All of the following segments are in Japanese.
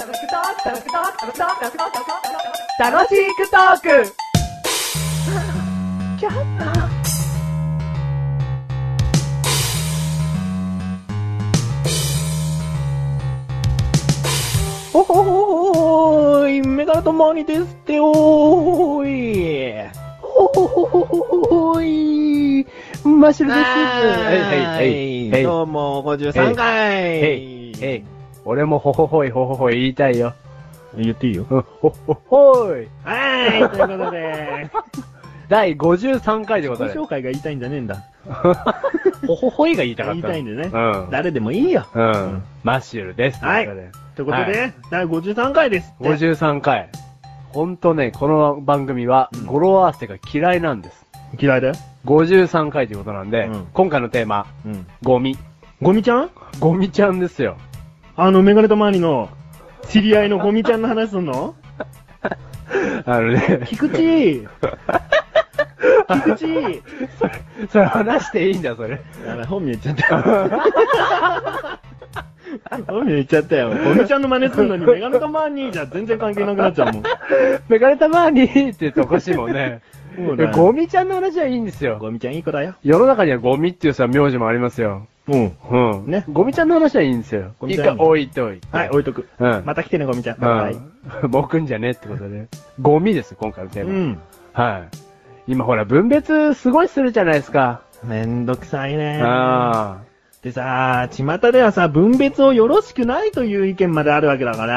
楽しくトーク。 ほほほほーい、メガネとマーニですっておーい。 ほほほほほほい。マッシュルです。 はい。どうも、53回。 俺もほほほいほほほい言いたいよ。 言っていいよ。 ほほほい。 はい、ということで。 第53回でござい自己紹介が言いたいんじゃねえんだ。 ほほほいが言いたかった。 言いたいんでね。 うん。 誰でもいいよ。 マッシュルです。 はい。ということで、第53回です。 53回。ほんとね、この番組は語呂合わせが嫌いなんです。 嫌いだよ。 53回ということなんで、今回のテーマ、ゴミ。 ゴミちゃん？ ゴミちゃんですよ。 メガネとマーニの知り合いのゴミちゃんの話すんの？菊池それ話していいんだ、それ。 本名言っちゃったよ。本名言っちゃったよ。ゴミちゃんの真似すんのにメガネとマーニーじゃ全然関係なくなっちゃうもん。 メガネとマーニーって言っておかしいもんね。ゴミちゃんの話はいいんですよ。 ゴミちゃんいい子だよ。 世の中にはゴミっていうさ、名字もありますよ。ね。ゴミちゃんの話はいいんですよ。いいか、置いといて。 はい、置いとく。また来てね、ゴミちゃん。 はい。僕んじゃねってことで。ゴミです、今回のテーマ。はい。今ほら、分別すごいするじゃないですか。 めんどくさいね。でさ、巷ではさ、分別をよろしくないという意見まであるわけだから。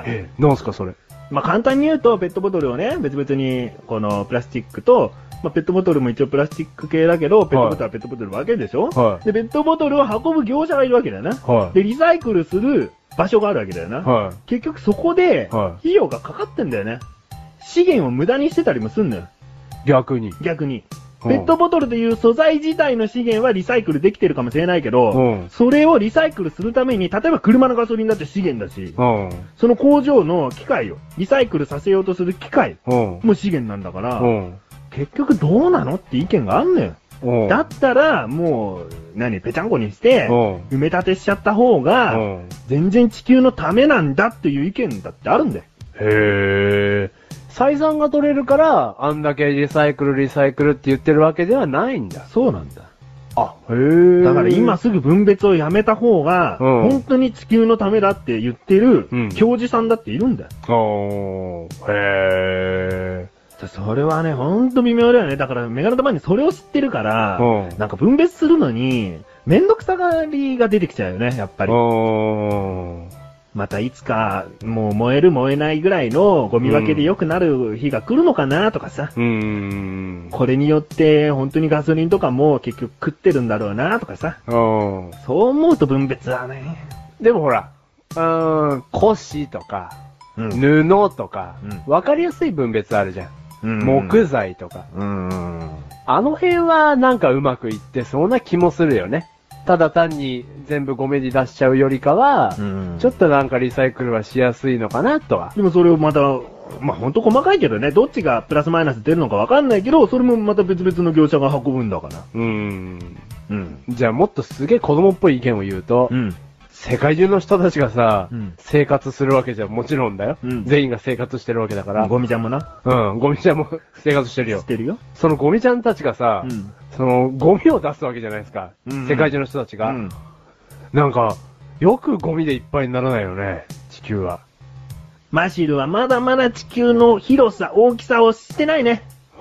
なんすか、それ。 まあ、簡単に言うと、ペットボトルをね、別々に、このプラスチックと、まあ、ペットボトルも一応プラスチック系だけど、ペットボトルはペットボトル分けるでしょ？で、ペットボトルを運ぶ業者がいるわけだよな。で、リサイクルする場所があるわけだよな。結局そこで、費用がかかってんだよね。資源を無駄にしてたりもすんのよ。 逆に。 ペットボトルという素材自体の資源はリサイクルできてるかもしれないけど、それをリサイクルするために、例えば車のガソリンだって資源だし、その工場の機械を、リサイクルさせようとする機械も資源なんだから、結局どうなのって意見があんのよ。だったら、もう、ぺちゃんこにして、埋め立てしちゃった方が、全然地球のためなんだっていう意見だってあるんだよ。 へー。採算が取れるから、あんだけリサイクルって言ってるわけではないんだ。 そうなんだ。 へー。 だから今すぐ分別をやめた方が、本当に地球のためだって言ってる、教授さんだっているんだよ。 へー。 それはね、ほんと微妙だよね。だからメガネとマーニそれを知ってるから、なんか分別するのに、めんどくさがりが出てきちゃうよね、やっぱり。またいつか、もう燃える燃えないぐらいのゴミ分けで良くなる日が来るのかなとかさ。これによって本当にガソリンとかも結局食ってるんだろうなとかさ。そう思うと分別はね。 でもほら、古紙とか、布とか、わかりやすい分別あるじゃん。木材とか。あの辺はなんかうまくいってそうな気もするよね。ただ単に全部ゴミに出しちゃうよりかは、ちょっとなんかリサイクルはしやすいのかなとは。 でもそれをまた、まあ、ほんと細かいけどね、どっちがプラスマイナス出るのかわかんないけど、それもまた別々の業者が運ぶんだから。 じゃあもっとすげえ子供っぽい意見を言うと、世界中の人たちがさ、生活するわけじゃもちろんだよ。全員が生活してるわけだから。 ゴミちゃんもな。 ゴミちゃんも生活してるよ。 してるよ。 そのゴミちゃんたちがさ、そのゴミを出すわけじゃないですか。世界中の人たちが。なんか、よくゴミでいっぱいにならないよね、地球は。 マシルはまだまだ地球の広さ、大きさを知ってないね。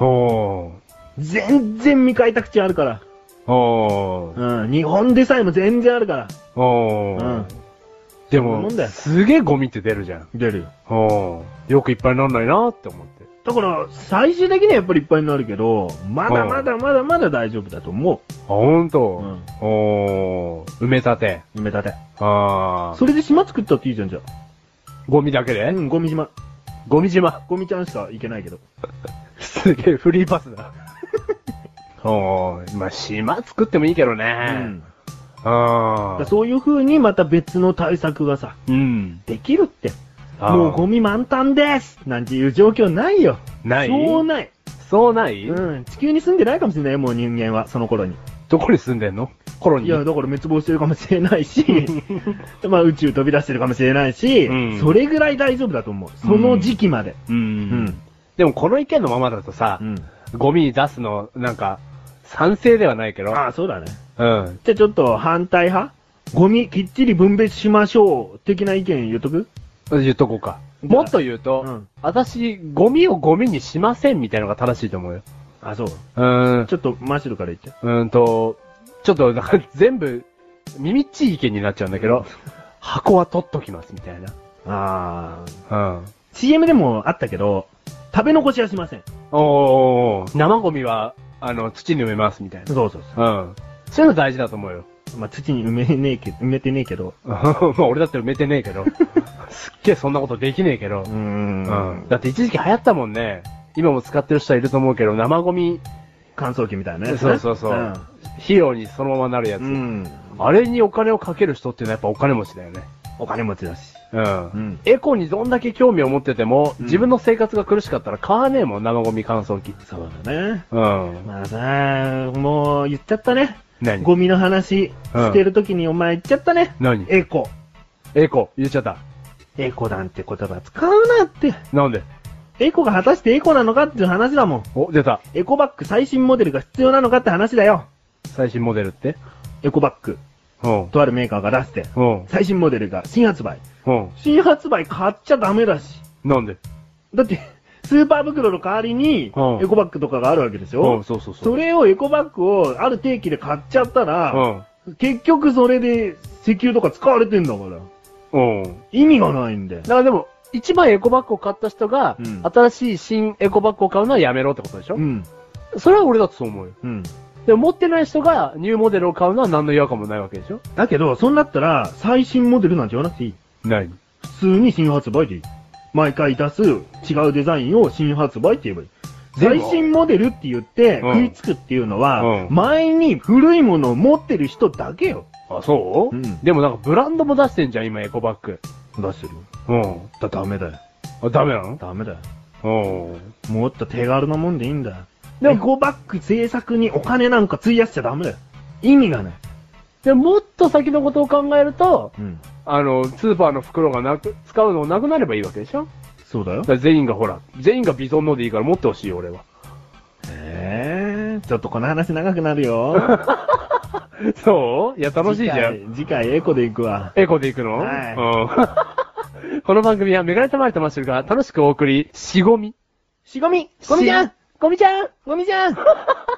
全然未開拓地あるから。日本でさえも全然あるから。 でも、すげえゴミって出るじゃん。 出るよ。 よくいっぱいにならないなって思って。 だから、最終的にはやっぱりいっぱいになるけど、まだまだ大丈夫だと思う。 ほんと？埋め立て。 それで島作ったっていいじゃん、じゃあ。 ゴミだけで？ ゴミ島。 ゴミ島。 ゴミちゃんしか行けないけど。 すげえフリーパスだ。まあ、島作ってもいいけどね。 そういう風にまた別の対策がさ、できるって。もうゴミ満タンですなんていう状況ないよ。 ない？ そうない。 そうない？ 地球に住んでないかもしれないよ、もう人間は、その頃に。 どこに住んでんの？コロニー？ いや、だから滅亡してるかもしれないし、まあ宇宙飛び出してるかもしれないし、それぐらい大丈夫だと思う。その時期まで。 でもこの意見のままだとさ、ゴミ出すの、なんか、賛成ではないけど。 ああ、そうだね。じゃあちょっと反対派？ゴミきっちり分別しましょう、的な意見言っとく？ 言っとこうか。もっと言うと、私、ゴミをゴミにしませんみたいなのが正しいと思うよ。 あ、そう。ちょっと、マシルから言って。 ちょっと、なんか全部、耳っちい意見になっちゃうんだけど、箱は取っときますみたいな。 CM でもあったけど、食べ残しはしません。 生ゴミは、土に埋めますみたいな。 そう。 そういうの大事だと思うよ。 まあ、土に埋めてねえけど。 まあ、俺だって埋めてねえけど。すっげえそんなことできねえけど。だって一時期流行ったもんね。今も使ってる人はいると思うけど、生ゴミ。 乾燥機みたいなね。 そう。肥料にそのままなるやつ。あれにお金をかける人っていうのはやっぱお金持ちだよね。 お金持ちだし。 エコにどんだけ興味を持ってても、自分の生活が苦しかったら買わねえもん、生ゴミ乾燥機。 そうだね。まあさ、もう言っちゃったね。 何？ ゴミの話してるときにお前言っちゃったね。 何？ エコ。 言っちゃった。 エコなんて言葉使うなって。 なんで？ エコが果たしてエコなのかっていう話だもん。 お、出た。 エコバッグ最新モデルが必要なのかって話だよ。 最新モデルって？ エコバッグ。とあるメーカーが出して、最新モデルが新発売。新発売買っちゃダメだし。 なんで？ だって、スーパー袋の代わりに、エコバッグとかがあるわけでしょ？ そう。 それをエコバッグをある定期で買っちゃったら、結局それで石油とか使われてんだから。意味がないんで。 だからでも、一番エコバッグを買った人が、新しい新エコバッグを買うのはやめろってことでしょ？それは俺だとそう思うよ。でも持ってない人がニューモデルを買うのは何の違和感もないわけでしょ？ だけど、そんなったら、最新モデルなんて言わなくていい。 何？ 普通に新発売でいい。毎回出す違うデザインを新発売って言えばいい。最新モデルって言って食いつくっていうのは、前に古いものを持ってる人だけよ。 あ、そう？でもなんかブランドも出してんじゃん、今エコバッグ。 出してるよ。ダメだよ。 あ、ダメなの？ ダメだよ。もっと手軽なもんでいいんだよ。エコバッグ製作にお金なんか費やしちゃダメだよ。意味がない。 でもっと先のことを考えると、スーパーの袋が使うのなくなればいいわけでしょ？ そうだよ。 全員がビゾンのでいいから持ってほしいよ、俺は。 ちょっとこの話長くなるよ。 そう？いや、楽しいじゃん。 次回エコで行くわ。 エコで行くの？はい。この番組はメガネたまりとマッシュルが楽しくお送り、しごみ。 ゴミちゃん